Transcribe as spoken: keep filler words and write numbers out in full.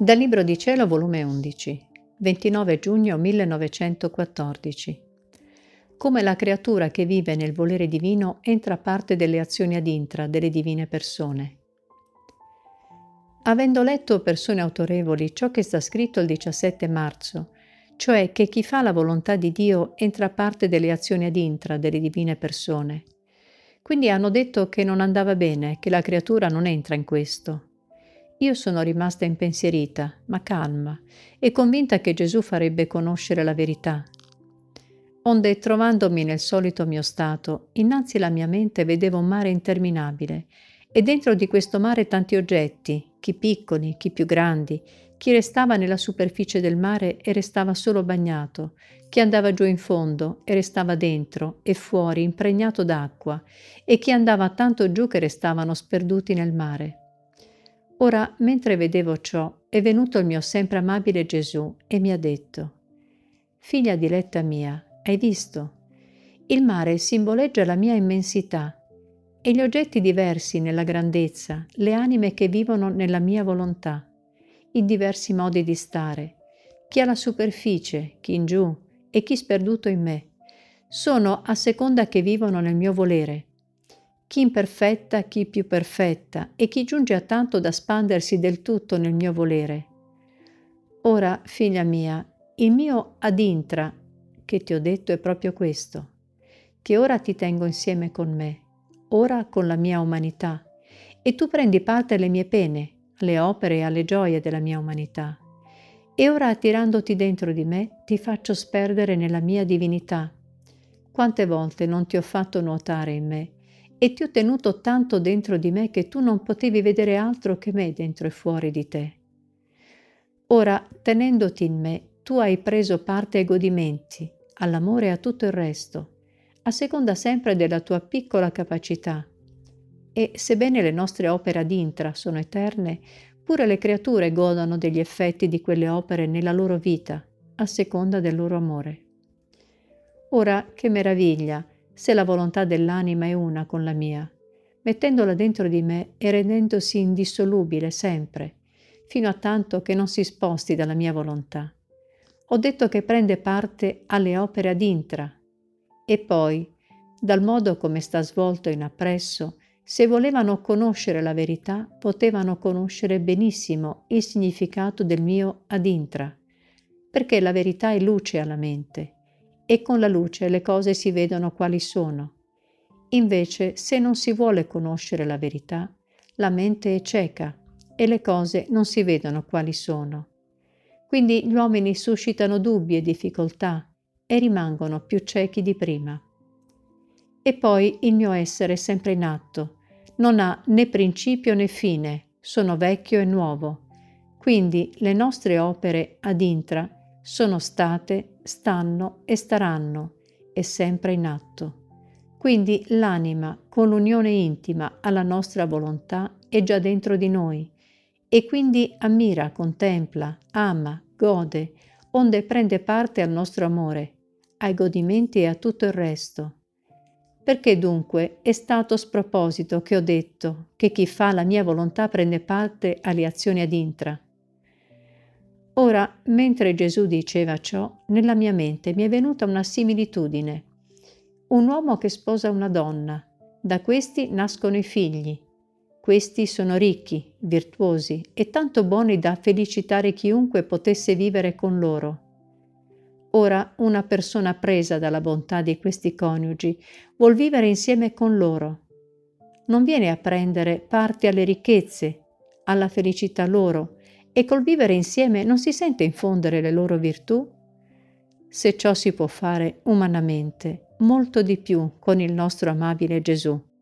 Dal Libro di Cielo, volume undici, ventinove giugno millenovecentoquattordici. Come la creatura che vive nel volere divino entra a parte delle azioni ad intra delle divine persone. Avendo letto persone autorevoli ciò che sta scritto il diciassette marzo, cioè che chi fa la volontà di Dio entra a parte delle azioni ad intra delle divine persone, quindi hanno detto che non andava bene, che la creatura non entra in questo. Io sono rimasta impensierita, ma calma, e convinta che Gesù farebbe conoscere la verità. Onde, trovandomi nel solito mio stato, innanzi alla mia mente vedevo un mare interminabile, e dentro di questo mare tanti oggetti, chi piccoli, chi più grandi, chi restava nella superficie del mare e restava solo bagnato, chi andava giù in fondo e restava dentro e fuori impregnato d'acqua, e chi andava tanto giù che restavano sperduti nel mare. Ora, mentre vedevo ciò, è venuto il mio sempre amabile Gesù e mi ha detto: «Figlia diletta mia, hai visto? Il mare simboleggia la mia immensità e gli oggetti diversi nella grandezza, le anime che vivono nella mia volontà, i diversi modi di stare, chi alla superficie, chi in giù e chi sperduto in me, sono a seconda che vivono nel mio volere. Chi imperfetta, chi più perfetta, e chi giunge a tanto da spandersi del tutto nel mio volere. Ora, figlia mia, il mio ad intra, che ti ho detto, è proprio questo, che ora ti tengo insieme con me, ora con la mia umanità, e tu prendi parte alle mie pene, alle opere e alle gioie della mia umanità. E ora, attirandoti dentro di me, ti faccio sperdere nella mia divinità. Quante volte non ti ho fatto nuotare in me, e ti ho tenuto tanto dentro di me che tu non potevi vedere altro che me dentro e fuori di te. Ora, tenendoti in me, tu hai preso parte ai godimenti, all'amore e a tutto il resto, a seconda sempre della tua piccola capacità. E sebbene le nostre opere ad intra sono eterne, pure le creature godono degli effetti di quelle opere nella loro vita, a seconda del loro amore. Ora, che meraviglia se la volontà dell'anima è una con la mia, mettendola dentro di me e rendendosi indissolubile sempre, fino a tanto che non si sposti dalla mia volontà. Ho detto che prende parte alle opere ad intra, e poi, dal modo come sta svolto in appresso, se volevano conoscere la verità, potevano conoscere benissimo il significato del mio ad intra, perché la verità è luce alla mente, e con la luce le cose si vedono quali sono. Invece, se non si vuole conoscere la verità, la mente è cieca e le cose non si vedono quali sono. Quindi gli uomini suscitano dubbi e difficoltà e rimangono più ciechi di prima. E poi il mio essere è sempre in atto, non ha né principio né fine, sono vecchio e nuovo. Quindi le nostre opere ad intra sono state, stanno e staranno, e sempre in atto. Quindi l'anima, con l'unione intima alla nostra volontà, è già dentro di noi, e quindi ammira, contempla, ama, gode, onde prende parte al nostro amore, ai godimenti e a tutto il resto. Perché dunque è stato sproposito che ho detto che chi fa la mia volontà prende parte alle azioni ad intra? Ora, mentre Gesù diceva ciò, nella mia mente mi è venuta una similitudine. Un uomo che sposa una donna, da questi nascono i figli. Questi sono ricchi, virtuosi e tanto buoni da felicitare chiunque potesse vivere con loro. Ora, una persona presa dalla bontà di questi coniugi vuol vivere insieme con loro. Non viene a prendere parte alle ricchezze, alla felicità loro, e col vivere insieme non si sente infondere le loro virtù? Se ciò si può fare umanamente, molto di più con il nostro amabile Gesù.